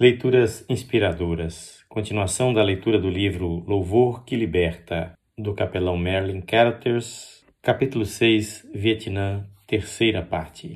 Leituras inspiradoras. Continuação da leitura do livro Louvor que Liberta, do capelão Merlin Carothers, capítulo 6, Vietnã, terceira parte.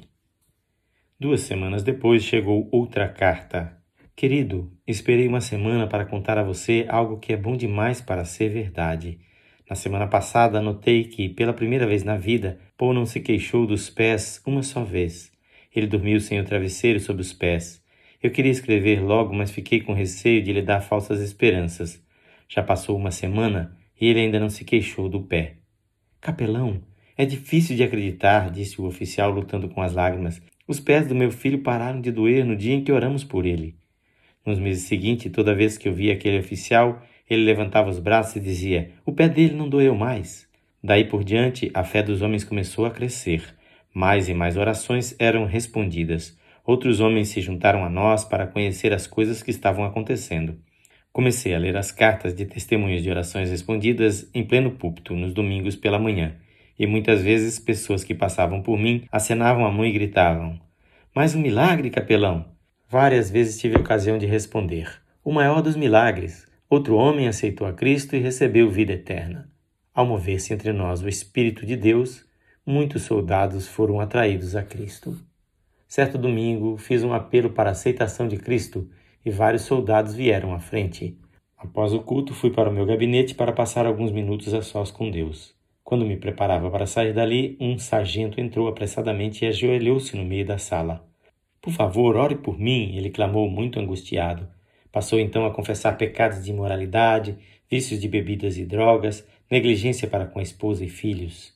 2 semanas depois chegou outra carta. Querido, esperei uma semana para contar a você algo que é bom demais para ser verdade. Na semana passada notei que, pela primeira vez na vida, Paul não se queixou dos pés uma só vez. Ele dormiu sem o travesseiro sob os pés. Eu queria escrever logo, mas fiquei com receio de lhe dar falsas esperanças. Já passou uma semana e ele ainda não se queixou do pé. Capelão, é difícil de acreditar, disse o oficial lutando com as lágrimas. Os pés do meu filho pararam de doer no dia em que oramos por ele. Nos meses seguintes, toda vez que eu via aquele oficial, ele levantava os braços e dizia: o pé dele não doeu mais. Daí por diante, a fé dos homens começou a crescer. Mais e mais orações eram respondidas. Outros homens se juntaram a nós para conhecer as coisas que estavam acontecendo. Comecei a ler as cartas de testemunhos de orações respondidas em pleno púlpito, nos domingos pela manhã, e muitas vezes pessoas que passavam por mim acenavam a mão e gritavam: mais um milagre, capelão! Várias vezes tive a ocasião de responder: o maior dos milagres! Outro homem aceitou a Cristo e recebeu vida eterna. Ao mover-se entre nós o Espírito de Deus, muitos soldados foram atraídos a Cristo. Certo domingo, fiz um apelo para a aceitação de Cristo e vários soldados vieram à frente. Após o culto, fui para o meu gabinete para passar alguns minutos a sós com Deus. Quando me preparava para sair dali, um sargento entrou apressadamente e ajoelhou-se no meio da sala. Por favor, ore por mim, ele clamou muito angustiado. Passou então a confessar pecados de imoralidade, vícios de bebidas e drogas, negligência para com a esposa e filhos.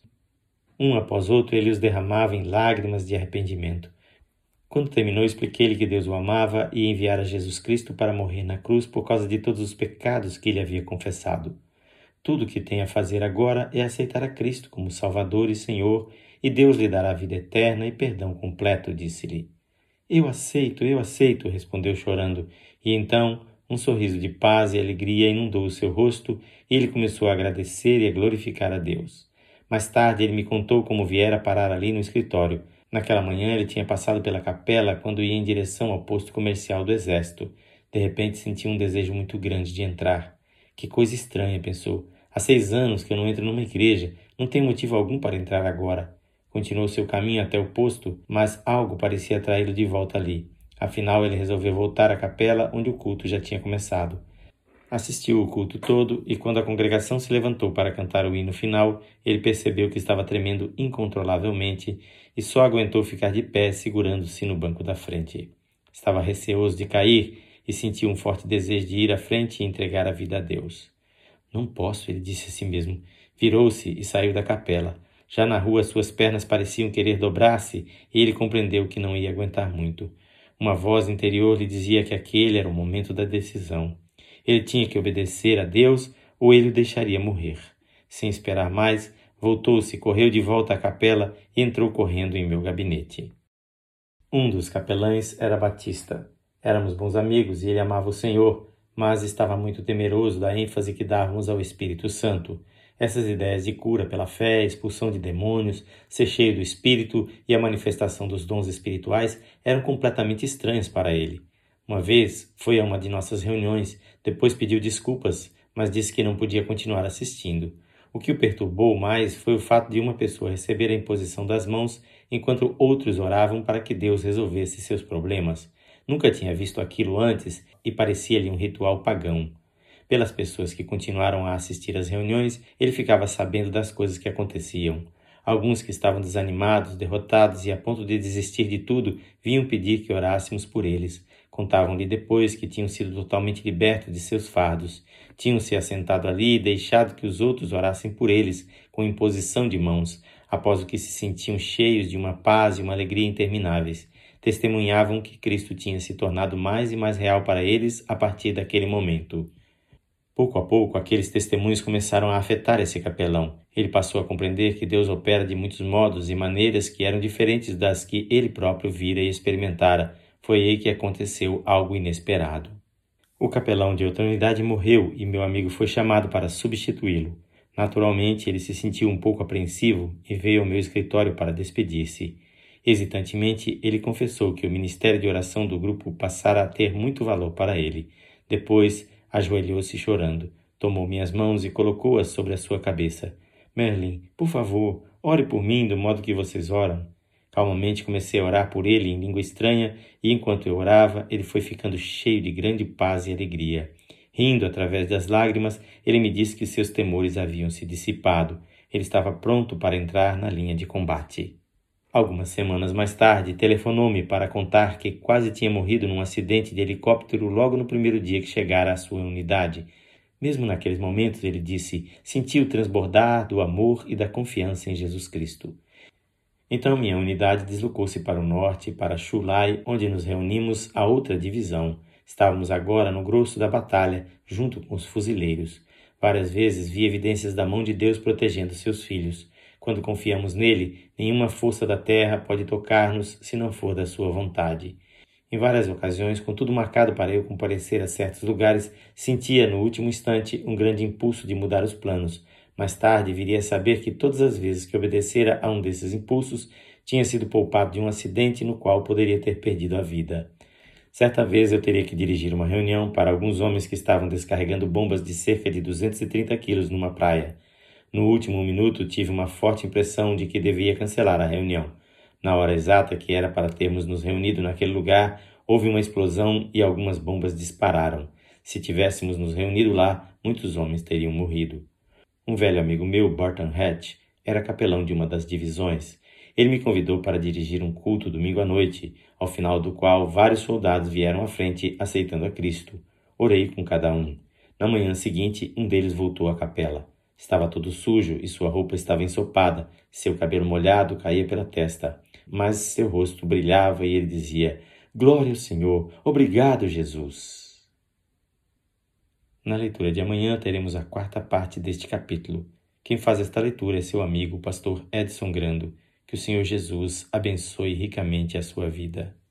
Um após outro, ele os derramava em lágrimas de arrependimento. Quando terminou, expliquei-lhe que Deus o amava e enviara Jesus Cristo para morrer na cruz por causa de todos os pecados que ele havia confessado. Tudo o que tem a fazer agora é aceitar a Cristo como Salvador e Senhor, e Deus lhe dará vida eterna e perdão completo, disse-lhe. Eu aceito, respondeu chorando, e então um sorriso de paz e alegria inundou o seu rosto e ele começou a agradecer e a glorificar a Deus. Mais tarde ele me contou como viera parar ali no escritório. Naquela manhã ele tinha passado pela capela quando ia em direção ao posto comercial do exército. De repente sentiu um desejo muito grande de entrar. Que coisa estranha, pensou. Há 6 anos que eu não entro numa igreja. Não tenho motivo algum para entrar agora. Continuou seu caminho até o posto, mas algo parecia atraí-lo de volta ali. Afinal, ele resolveu voltar à capela onde o culto já tinha começado. Assistiu o culto todo e quando a congregação se levantou para cantar o hino final, ele percebeu que estava tremendo incontrolavelmente e só aguentou ficar de pé segurando-se no banco da frente. Estava receoso de cair e sentiu um forte desejo de ir à frente e entregar a vida a Deus. Não posso, ele disse a si mesmo. Virou-se e saiu da capela. Já na rua, suas pernas pareciam querer dobrar-se e ele compreendeu que não ia aguentar muito. Uma voz interior lhe dizia que aquele era o momento da decisão. Ele tinha que obedecer a Deus ou ele o deixaria morrer. Sem esperar mais, voltou-se, correu de volta à capela e entrou correndo em meu gabinete. Um dos capelães era Batista. Éramos bons amigos e ele amava o Senhor, mas estava muito temeroso da ênfase que dávamos ao Espírito Santo. Essas ideias de cura pela fé, expulsão de demônios, ser cheio do Espírito e a manifestação dos dons espirituais eram completamente estranhas para ele. Uma vez foi a uma de nossas reuniões, depois pediu desculpas, mas disse que não podia continuar assistindo. O que o perturbou mais foi o fato de uma pessoa receber a imposição das mãos enquanto outros oravam para que Deus resolvesse seus problemas. Nunca tinha visto aquilo antes e parecia-lhe um ritual pagão. Pelas pessoas que continuaram a assistir às reuniões, ele ficava sabendo das coisas que aconteciam. Alguns que estavam desanimados, derrotados e a ponto de desistir de tudo, vinham pedir que orássemos por eles. Contavam-lhe depois que tinham sido totalmente libertos de seus fardos. Tinham se assentado ali e deixado que os outros orassem por eles, com imposição de mãos, após o que se sentiam cheios de uma paz e uma alegria intermináveis. Testemunhavam que Cristo tinha se tornado mais e mais real para eles a partir daquele momento. Pouco a pouco, aqueles testemunhos começaram a afetar esse capelão. Ele passou a compreender que Deus opera de muitos modos e maneiras que eram diferentes das que ele próprio vira e experimentara. Foi aí que aconteceu algo inesperado. O capelão de outra unidade morreu e meu amigo foi chamado para substituí-lo. Naturalmente, ele se sentiu um pouco apreensivo e veio ao meu escritório para despedir-se. Hesitantemente, ele confessou que o ministério de oração do grupo passara a ter muito valor para ele. Depois, ajoelhou-se chorando, tomou minhas mãos e colocou-as sobre a sua cabeça. Merlin, por favor, ore por mim do modo que vocês oram. Calmamente comecei a orar por ele em língua estranha, e enquanto eu orava, ele foi ficando cheio de grande paz e alegria. Rindo através das lágrimas, ele me disse que seus temores haviam se dissipado. Ele estava pronto para entrar na linha de combate. Algumas semanas mais tarde, telefonou-me para contar que quase tinha morrido num acidente de helicóptero logo no primeiro dia que chegara à sua unidade. Mesmo naqueles momentos, ele disse, sentiu transbordar do amor e da confiança em Jesus Cristo. Então minha unidade deslocou-se para o norte, para Chulai, onde nos reunimos a outra divisão. Estávamos agora no grosso da batalha, junto com os fuzileiros. Várias vezes vi evidências da mão de Deus protegendo seus filhos. Quando confiamos nele, nenhuma força da terra pode tocar-nos se não for da sua vontade. Em várias ocasiões, com tudo marcado para eu comparecer a certos lugares, sentia no último instante um grande impulso de mudar os planos. Mais tarde viria a saber que todas as vezes que obedecera a um desses impulsos, tinha sido poupado de um acidente no qual poderia ter perdido a vida. Certa vez eu teria que dirigir uma reunião para alguns homens que estavam descarregando bombas de cerca de 230 quilos numa praia. No último minuto tive uma forte impressão de que devia cancelar a reunião. Na hora exata que era para termos nos reunido naquele lugar, houve uma explosão e algumas bombas dispararam. Se tivéssemos nos reunido lá, muitos homens teriam morrido. Um velho amigo meu, Burton Hatch, era capelão de uma das divisões. Ele me convidou para dirigir um culto domingo à noite, ao final do qual vários soldados vieram à frente aceitando a Cristo. Orei com cada um. Na manhã seguinte, um deles voltou à capela. Estava todo sujo e sua roupa estava ensopada, seu cabelo molhado caía pela testa, mas seu rosto brilhava e ele dizia, Glória ao Senhor, obrigado, Jesus. Na leitura de amanhã teremos a quarta parte deste capítulo. Quem faz esta leitura é seu amigo, o pastor Edson Grando. Que o Senhor Jesus abençoe ricamente a sua vida.